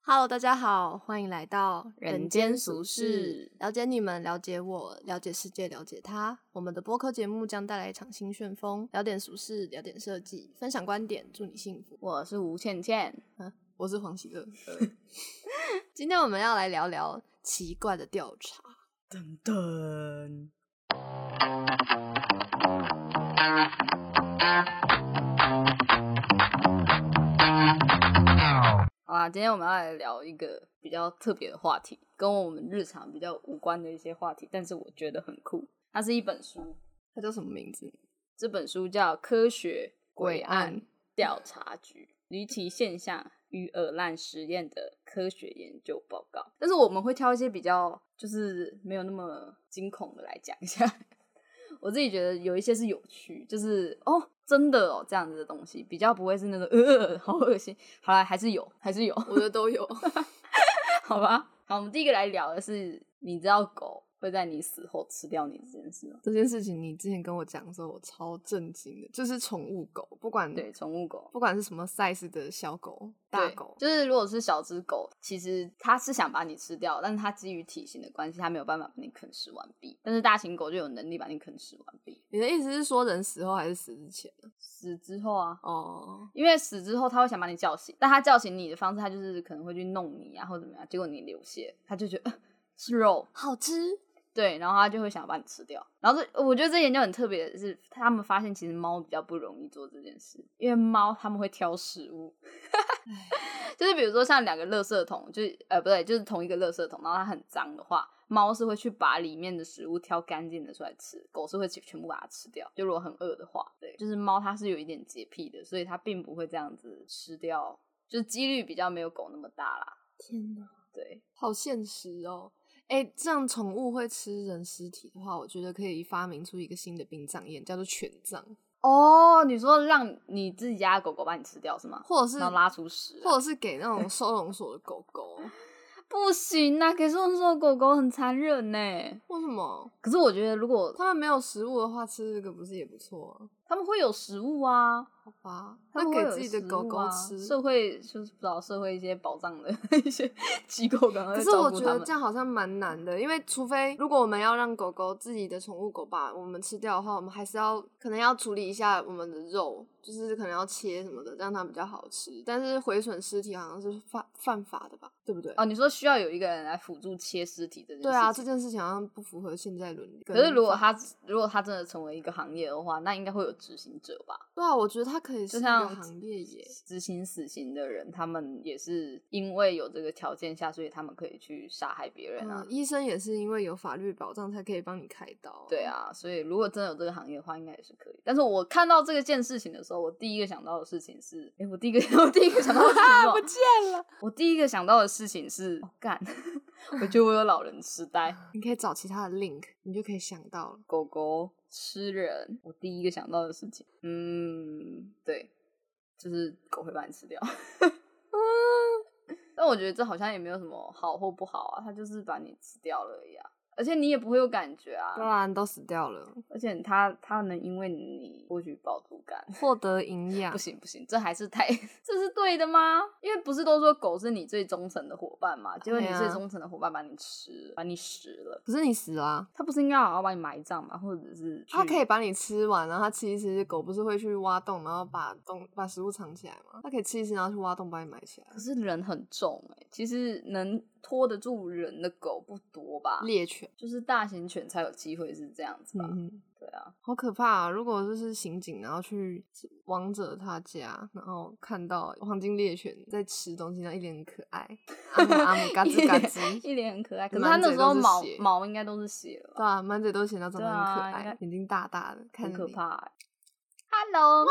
Hello， 大家好，欢迎来到人间俗世， 了解你们，了解我，了解世界，了解他。我们的播客节目将带来一场新旋风，聊点俗事，聊点设计，分享观点，祝你幸福。 我是吴倩倩， 我是黄喜乐。今天我们要来聊聊奇怪的调查。 噔噔。好啦，今天我们要来聊一个比较特别的话题，跟我们日常比较无关的一些话题，但是我觉得很酷。它是一本书， 它叫什么名字？ 这本书叫《科学诡案调查局：离奇现象与耳烂实验的科学研究报告》。但是我们会挑一些比较就是没有那么惊恐的来讲一下。我自己觉得有一些是有趣，就是真的这样子的东西，比较不会是那种好恶心。好啦，还是有， 我觉得都有。 好吧。好，我们第一个来聊的是，你知道狗会在你死后吃掉你这件事吗？ 这件事情你之前跟我讲的时候，我超震惊的。就是宠物狗， 对，宠物狗， 不管是什么 size 的小狗、大狗， 就是如果是小只狗，其实它是想把你吃掉，但是它基于体型的关系，它没有办法把你啃食完毕。但是大型狗就有能力把你啃食完毕。 你的意思是说人死后还是死之前呢？ 死之后啊。因因为死之后它会想把你叫醒，但它叫醒你的方式，它就是可能会去弄你啊，或者怎么样，结果你流血，它就觉得是肉好吃。 对，然后他就会想把你吃掉。然后我觉得这研究很特别的是，他们发现其实猫比较不容易做这件事，因为猫他们会挑食物。就是比如说像两个垃圾桶，就是同一个垃圾桶，然后它很脏的话，猫是会去把里面的食物挑干净的出来吃，狗是会全部把它吃掉。就如果很饿的话，对，就是猫它是有一点洁癖的，所以它并不会这样子吃掉，就是几率比较没有狗那么大啦。 天哪， 对， 好现实哦。这样宠物会吃人尸体的话，我觉得可以发明出一个新的殡葬业，叫做犬葬。 你说让你自己家的狗狗把你吃掉是吗？ 或者是然后拉出屎或者是给那种收容所的狗狗。 不行啊，给收容所的狗狗很残忍呢。 为什么？ 可是我觉得如果他们没有食物的话，吃这个不是也不错啊？ 他们会有食物啊， 好吧， 他们会有给自己的狗狗吃。 社会就是不知道社会一些保障的一些机构刚刚在可是我觉照顾他们。 得这样好像蛮难的，因为除非如果我们要让狗狗自己的宠物狗把我们吃掉的话，我们还是可能要处理一下我们的肉，就是可能要切什么的，让它比较好吃。但是毁损尸体好像是犯法的吧，对不对？ 你说需要有一个人来辅助切尸体这件事情。 对啊，这件事情好像不符合现在伦理。 可是如果他真的成为一个行业的话，那应该会有执行者吧？ 对啊，我觉得他可以是一个行业耶。 执行死刑的人，他们也是因为有这个条件下，所以他们可以去杀害别人啊。 医生也是因为有法律保障才可以帮你开刀。 对啊，所以如果真的有这个行业的话，应该也是可以。但是我看到这件事情的时候，我第一个想到的事情是，我第一个想到的事情是不见了。 我第一个想到的事情是，干，我觉得我有老人痴呆。 你可以找其他的 link， 你就可以想到了。 狗狗吃人，我第一个想到的事情，对，就是狗会把你吃掉。但我觉得这好像也没有什么好或不好啊，它就是把你吃掉了而已啊。而且你也不会有感觉啊， 当然都死掉了。 而且它能因为你获取饱足感， 获得营养。 不行，这还是这是对的吗？因为不是都说狗是你最忠诚的伙伴吗？结果你最忠诚的伙伴把你食了， 可是你死了啊， 它不是应该好好把你埋葬吗？或者是它可以把你吃完，然后它吃一吃，狗不是会去挖洞，然后把食物藏起来吗？它可以吃一吃，然后去挖洞把你埋起来。 可是人很重其实能拖得住人的狗不多吧？ 猎犬就是大型犬才有机会是这样子吧？对啊， 好可怕啊！如果就是刑警，然后去王者他家，然后看到黄金猎犬在吃东西，然后一脸很可爱，阿姆嘎吱嘎吱， 一脸很可爱。可是他那时候毛应该都是血了吧？ 对啊，满嘴都是血，然后长得很可爱，眼睛大大的，看很可怕。Hello。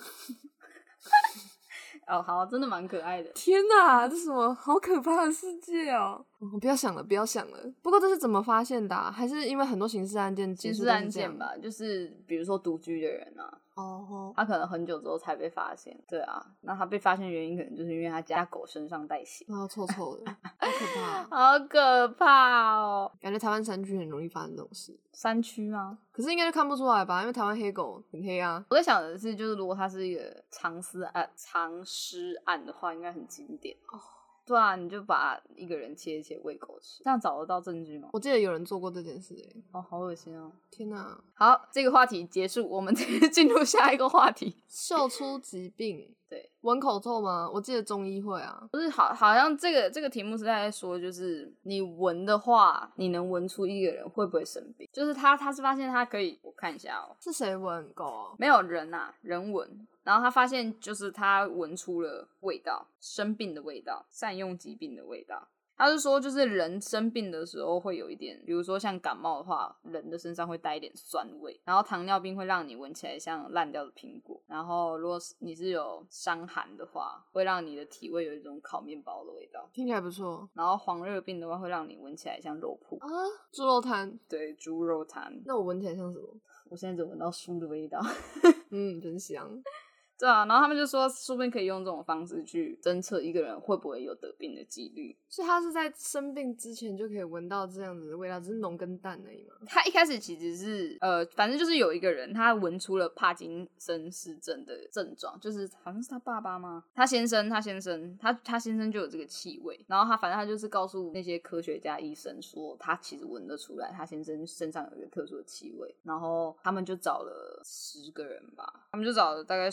好，真的蛮可爱的。 天哪，这是什么好可怕的世界哦！不要想了。不过这是怎么发现的啊？还是因为很多刑事案件结束都是这样？ 刑事案件吧，就是比如说独居的人啊，他可能很久之后才被发现。对啊，那他被发现原因可能就是因为他家狗身上带血， 然后臭臭的，好可怕， 好可怕哦！ 感觉台湾山区很容易发生这种事。 山区吗？ 可是应该就看不出来吧，因为台湾黑狗很黑啊。 我在想的是，就是如果它是一个藏尸案的话，应该很经典对啊，你就把一个人切一切喂狗吃，这样找得到证据吗？ 我记得有人做过这件事哦，好恶心哦！ 天哪！ 好，这个话题结束，我们直接进入下一个话题。 嗅出疾病， 对， 闻口臭吗？我记得中医会啊， 不是好像这个题目是在说，就是你闻的话，你能闻出一个人会不会生病？就是他是发现他可以，我看一下哦， 是谁闻狗哦？ 没有人啊，人闻。然后他发现，就是他闻出了味道，生病的味道，善用疾病的味道。他是说，就是人生病的时候会有一点，比如说像感冒的话，人的身上会带一点酸味，然后糖尿病会让你闻起来像烂掉的苹果，然后如果你是有伤寒的话，会让你的体味有一种烤面包的味道， 听起来不错然后黄热病的话会让你闻起来像肉铺啊。猪肉摊， 对，猪肉摊。 那我闻起来像什么？ 我现在只闻到书的味道。 真香。 对啊，然后他们就说，说不定可以用这种方式去侦测一个人会不会有得病的几率。 所以他是在生病之前就可以闻到这样子的味道，只是浓跟淡而已嘛。 他一开始其实是反正就是有一个人他闻出了帕金森氏症的症状，就是好像是他爸爸吗？他先生就有这个气味，然后反正他就是告诉那些科学家医生说，他其实闻得出来他先生身上有一个特殊的气味，然后他们就找了10个人吧，他们就找了大概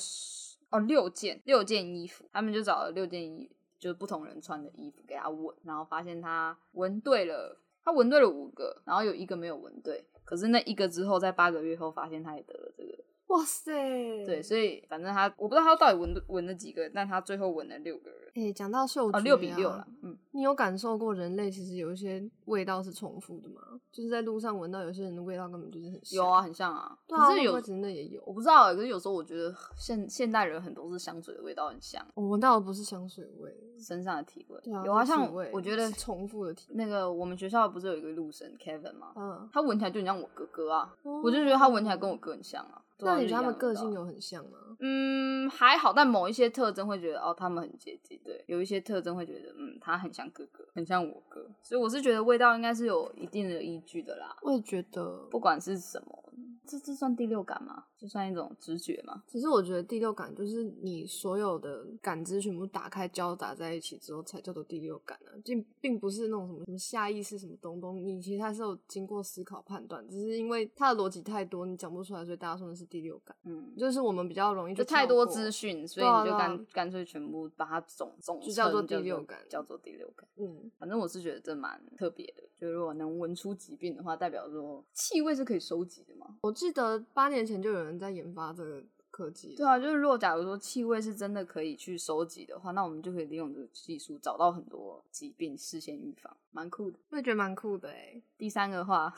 6件衣服，他们就找了6件衣服，就是不同人穿的衣服给他闻，然后发现他闻对了5个，然后有1个没有闻对，可是那1个之后在8个月后发现他也得了这个。 哇塞！ 对，所以反正我不知道他到底闻了几个，但他最后闻了6个人。 讲到嗅觉 6比6啦。 你有感受过人类其实有一些味道是重复的吗？就是在路上闻到有些人的味道根本就是很像。 有啊，很像啊。 对啊， 可是会不会真的也有？ 我不知道可是有时候我觉得现代人很多是香水的味道很像。 我闻到的不是香水味， 身上的体味。 对啊， 有啊，像我觉得是重复的体味。 那个我们学校不是有一个路神 Kevin 吗？他闻起来就很像我哥哥啊。我就觉得他闻起来跟我哥很像啊。 那你觉得他们个性有很像吗？ 还好，但某一些特征会觉得他们很接近。对，有一些特征会觉得他很像哥哥，很像我哥，所以我是觉得味道应该是有一定的依据的啦。 我也觉得， 不管是什么，这算第六感吗？这算一种直觉吗？ 其实我觉得第六感就是你所有的感知全部打开交杂在一起之后才叫做第六感啊，并不是那种什么下意识什么东东，你其实还是有经过思考判断，只是因为它的逻辑太多你讲不出来，所以大家说的是第六感。就是我们比较容易就太多资讯，所以你就干脆全部把它总就叫做第六感， 叫做第六感。反正我是觉得这蛮特别的，就如果能闻出疾病的话，代表说气味是可以收集的嘛。 我记得8年前就有人在研发这个科技。 对啊，就是如果假如说气味是真的可以去收集的话，那我们就可以利用这个技术找到很多疾病，事先预防，蛮酷的。 我也觉得蛮酷的第三个话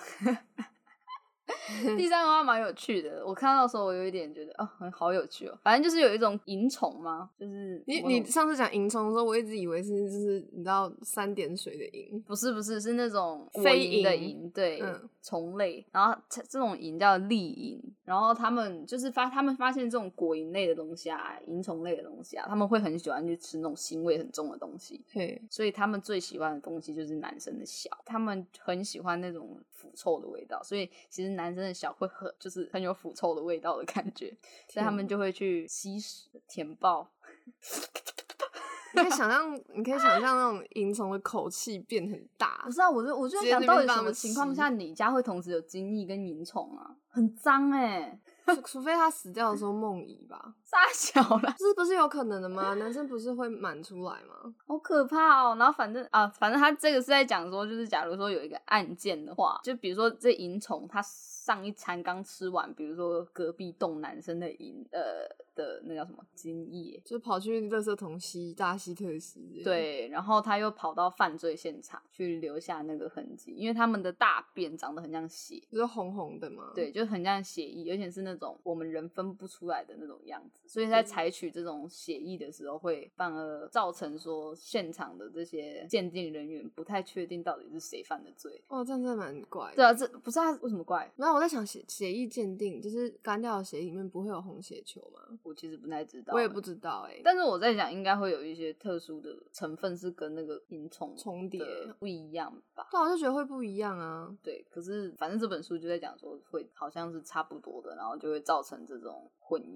第三个话蛮有趣的，我看到的时候我有一点觉得好有趣哦。反正就是有一种萤虫嘛，就是你上次讲萤虫的时候，我一直以为是就是你知道3点水的萤， 不是是那种飞蝇的蝇，对，虫类。然后这种蝇叫丽蝇，然后他们发现这种果蝇类的东西啊，萤虫类的东西啊，他们会很喜欢去吃那种腥味很重的东西。所以他们最喜欢的东西就是男生的小，他们很喜欢那种腐臭的味道，所以其实男生的小会就是很有腐臭的味道的感觉，所以他们就会去吸食舔爆。 你可以想象那种萤虫的口气变很大。 不是啊，我就在想到底什么情况下你家会同时有精液跟萤虫啊？很脏除非他死掉的时候梦遗吧。 傻小啦， 这不是有可能的吗？男生不是会满出来吗？ 好可怕哦。然后反正他这个是在讲说，就是假如说有一个案件的话，就比如说这萤虫他上一餐刚吃完，比如说隔壁栋男生的的那叫什么精液， 就跑去垃圾桶吸大吸特吸。 对，然后他又跑到犯罪现场去留下那个痕迹，因为他们的大便长得很像血， 就是红红的嘛。 对，就很像血液，而且是那种我们人分不出来的那种样子，所以在采取这种血液的时候，会反而造成说现场的这些鉴定人员不太确定到底是谁犯的罪。 这样真的蛮怪的。 对啊，这不是为什么怪？ 没有，我在想血液鉴定，就是干掉的血液里面不会有红血球吗？ 我其实不太知道， 我也不知道但是我在想应该会有一些特殊的成分是跟那个萤虫重叠不一样吧。 对，我就觉得会不一样啊。 对，可是反正这本书就在讲说会好像是差不多的，然后就会造成这种混淆。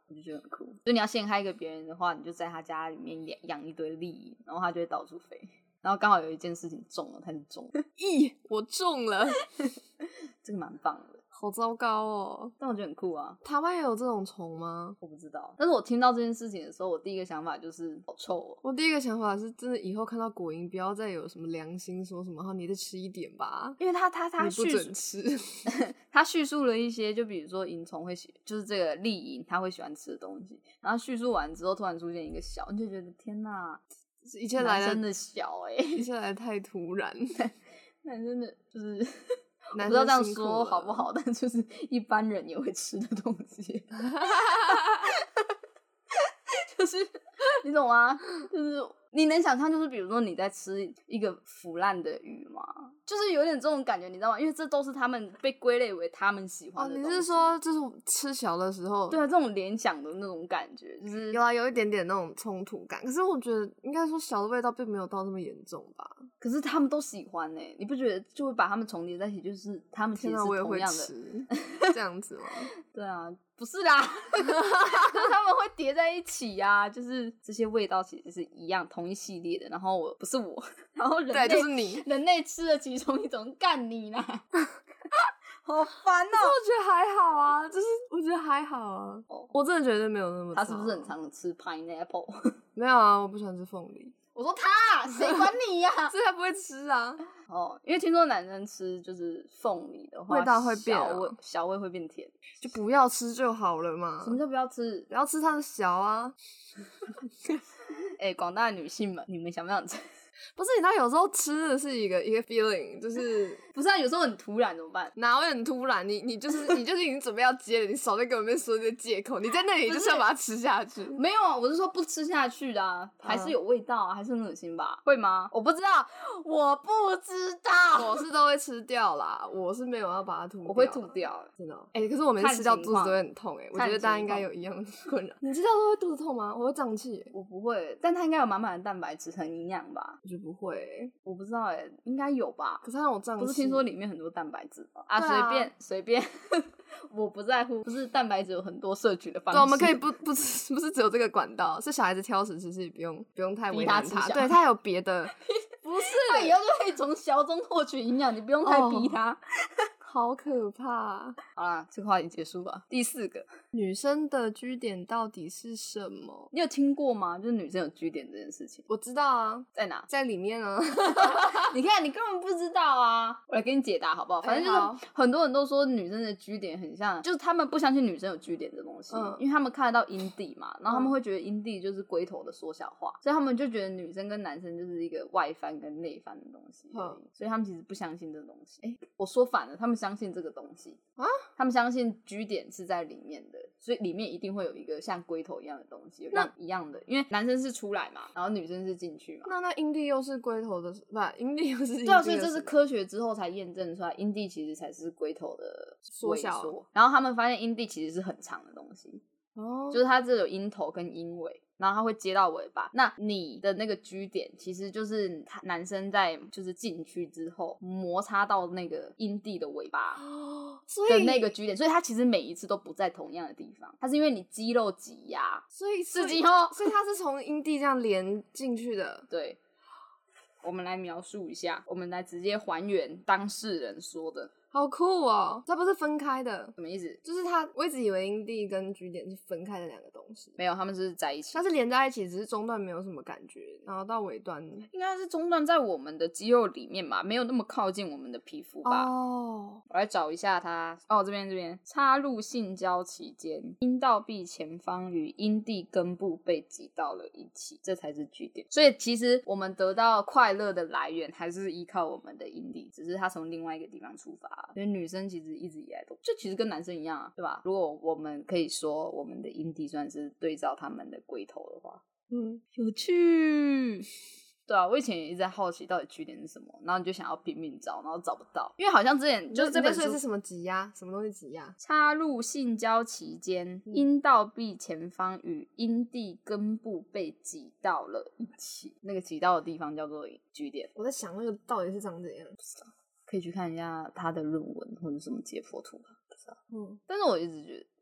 我就觉得很酷。就你要陷害一个别人的话，你就在他家里面养一堆利益，然后他就会到处飞。然后刚好有一件事情中了，他就中了。 咦，我中了， 这个蛮棒的。 好糟糕哦！ 但我觉得很酷啊。 台湾也有这种虫吗？ 我不知道，但是我听到这件事情的时候，我第一个想法就是好臭哦。 我第一个想法是真的，以后看到果蝇不要再有什么良心说什么，你再吃一点吧， 因为他你不准吃。 他叙述了一些，就比如说蝇虫会就是这个丽蝇他会喜欢吃的东西，然后叙述完之后突然出现一个小，你就觉得天哪， 一切来的真的小一切来的太突然， 那真的就是我不知道这样说好不好，但就是一般人也会吃的东西，就是你懂吗？就是你能想象，就是比如说你在吃一个腐烂的鱼吗？就是有点这种感觉，你知道吗？因为这都是他们被归类为他们喜欢的东西。 你是说就是吃小的时候？ 对啊，这种联想的那种感觉，就是有一点点那种冲突感。可是我觉得应该说小的味道并没有到这么严重吧。 可是他们都喜欢欸，你不觉得就会把他们重叠在一起？就是他们其实是同样的。 我也会吃这样子吗？ 对啊，不是啦，他们会叠在一起啊，就是这些味道其实是一样，同一系列的。然后不是我，然后对，就是你， 人类吃了其中一种，干你啦，好烦哦。 我觉得还好啊，就是我觉得还好啊，我真的觉得没有那么差。 他是不是很常吃 pineapple？ 没有啊，我不喜欢吃凤梨。 我说他，谁管你呀？ 所以他不会吃啊。 因为听说男生吃就是凤梨的话， 味道会变小味会变甜， 就不要吃就好了嘛。 什么叫不要吃？ 不要吃它的小啊。 广大的女性们，你们想不想吃？ 不是，你知道有时候吃的是一个 feeling， 就是不是啊？有时候很突然怎么办？ 哪会很突然？你就是已经准备要接了，你少在跟我们说这些借口，你在那里就是要把它吃下去。 没有啊，我是说不吃下去的啊，还是有味道啊，还是很恶心吧？会吗？我不知道，我不知道。 我是都会吃掉啦，我是没有要把它吐掉。 我会吐掉， 真的。可是我每次吃掉肚子都会很痛我觉得大家应该有一样的困扰。你知道都会肚子痛吗？我会胀气。 我不会，但它应该有满满的蛋白质，很营养吧？ 我觉得不会我不知道应该有吧？ 可是让我胀气， 不是听说里面很多蛋白质吗？随便，我不在乎。不是蛋白质有很多摄取的方式， 对，我们可以不是只有这个管道，是小孩子挑食，其实不用太为难他，对他有别的，不是他以后就可以从小中获取营养，你不用太逼他。 好可怕。 好啦，这个话题结束吧。第4个， 女生的G点到底是什么？ 你有听过吗？就是女生有G点这件事情。 我知道啊， 在哪？ 在里面啊。 你看，你根本不知道啊！我来给你解答好不好？反正就是很多人都说女生的G点很像，就是他们不相信女生有G点这东西，因为他们看得到阴蒂嘛，然后他们会觉得阴蒂就是龟头的缩小化，所以他们就觉得女生跟男生就是一个外翻跟内翻的东西，所以他们其实不相信这东西。我说反了，他们相信这个东西啊，他们相信G点是在里面的，所以里面一定会有一个像龟头一样的东西，一样的，因为男生是出来嘛，然后女生是进去嘛。 那阴蒂又是龟头的，不，阴蒂又是阴蒂的。 对啊，所以这是科学之后才验证出来，阴蒂其实才是龟头的缩小。 然后他们发现阴蒂其实是很长的东西，就是它这有阴头跟阴尾。然后它会接到尾巴，那你的那个G点其实就是男生在就是进去之后摩擦到那个阴蒂的尾巴的那个G点，所以它其实每一次都不在同样的地方，它是因为你肌肉挤压， 所以刺激后， 所以它是从阴蒂这样连进去的。 对，我们来描述一下，我们来直接还原当事人说的。 好酷哦！它不是分开的， 什么意思？ 就是我一直以为阴蒂跟G点是分开的两个东西， 没有，他们是在一起， 它是连在一起，只是中段没有什么感觉，然后到尾段应该是中段在我们的肌肉里面吧，没有那么靠近我们的皮肤吧。我来找一下它。这边插入性交期间，阴道壁前方与阴蒂根部被挤到了一起，这才是G点。所以其实我们得到快乐的来源还是依靠我们的阴蒂，只是它从另外一个地方出发。所以女生其实一直以来都就其实跟男生一样啊，对吧？如果我们可以说我们的阴蒂算是对照他们的龟头的话，有趣。对啊，我以前也一直在好奇到底G点是什么，然后你就想要拼命找，然后找不到，因为好像之前就是这本书是什么挤压，什么东西挤压？ 插入性交期间，阴道壁前方与阴蒂根部被挤到了一起，那个挤到的地方叫做G点。 我在想那个到底是长怎样，不知道。 可以去看一下他的论文或者什么解剖图吧，不知道。但是我一直觉得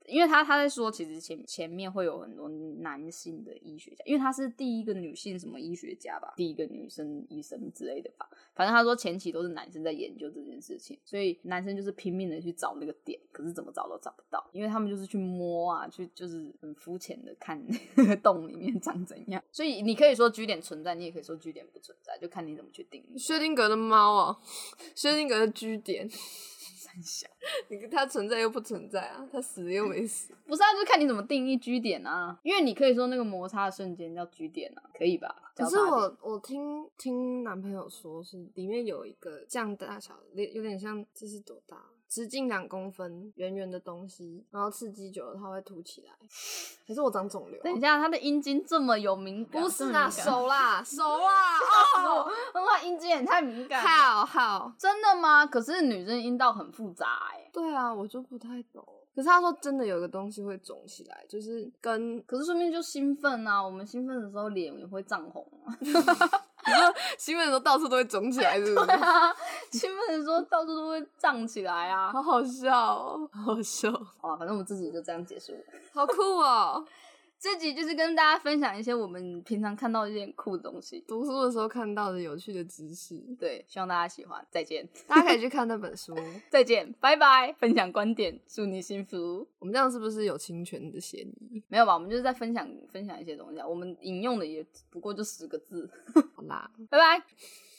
因为他在说，其实前面会有很多男性的医学家，因为他是第一个女性什么医学家吧，第一个女生医生之类的吧。反正他说前期都是男生在研究这件事情，所以男生就是拼命的去找那个点，可是怎么找都找不到，因为他们就是去摸啊，就是很肤浅的看那个洞里面长怎样。所以你可以说 G 点存在，你也可以说 G 点不存在，就看你怎么去定义。 薛定谔的猫啊，薛定谔的 G 点。 三小， 它存在又不存在啊，它死又没死。 不是啊，就是看你怎么定义 G 点啊。因为你可以说那个摩擦的瞬间叫 G 点啊，可以吧？ 可是我听男朋友说，是里面有一个这样大小的，有点像，这是多大？直径2公分，圆圆的东西，然后刺激久了它会凸起来。可是我长肿瘤。 等一下，他的阴茎这么有敏感？ 不是啊，手啦， 哦，他阴茎也太敏感了。 好， 真的吗？可是女生阴道很复杂对啊，我就不太懂。可是他说真的有一个东西会肿起来，就是可是说明就兴奋啊，我们兴奋的时候脸也会涨红啊。 你说兴奋的时候到处都会肿起来是不是？ 对啊，兴奋的时候到处都会胀起来啊。 好好笑哦，好好笑。 好，反正我们自己就这样结束了。 好酷哦。 这集就是跟大家分享一些我们平常看到一些很酷的东西， 读书的时候看到的有趣的知识。 对，希望大家喜欢。再见， 大家可以去看那本书。 再见，拜拜。分享观点，祝你幸福。 我们这样是不是有侵权的嫌疑？ 没有吧，我们就是在分享一些东西啊。我们引用的也不过就10个字。 好啦， 拜拜。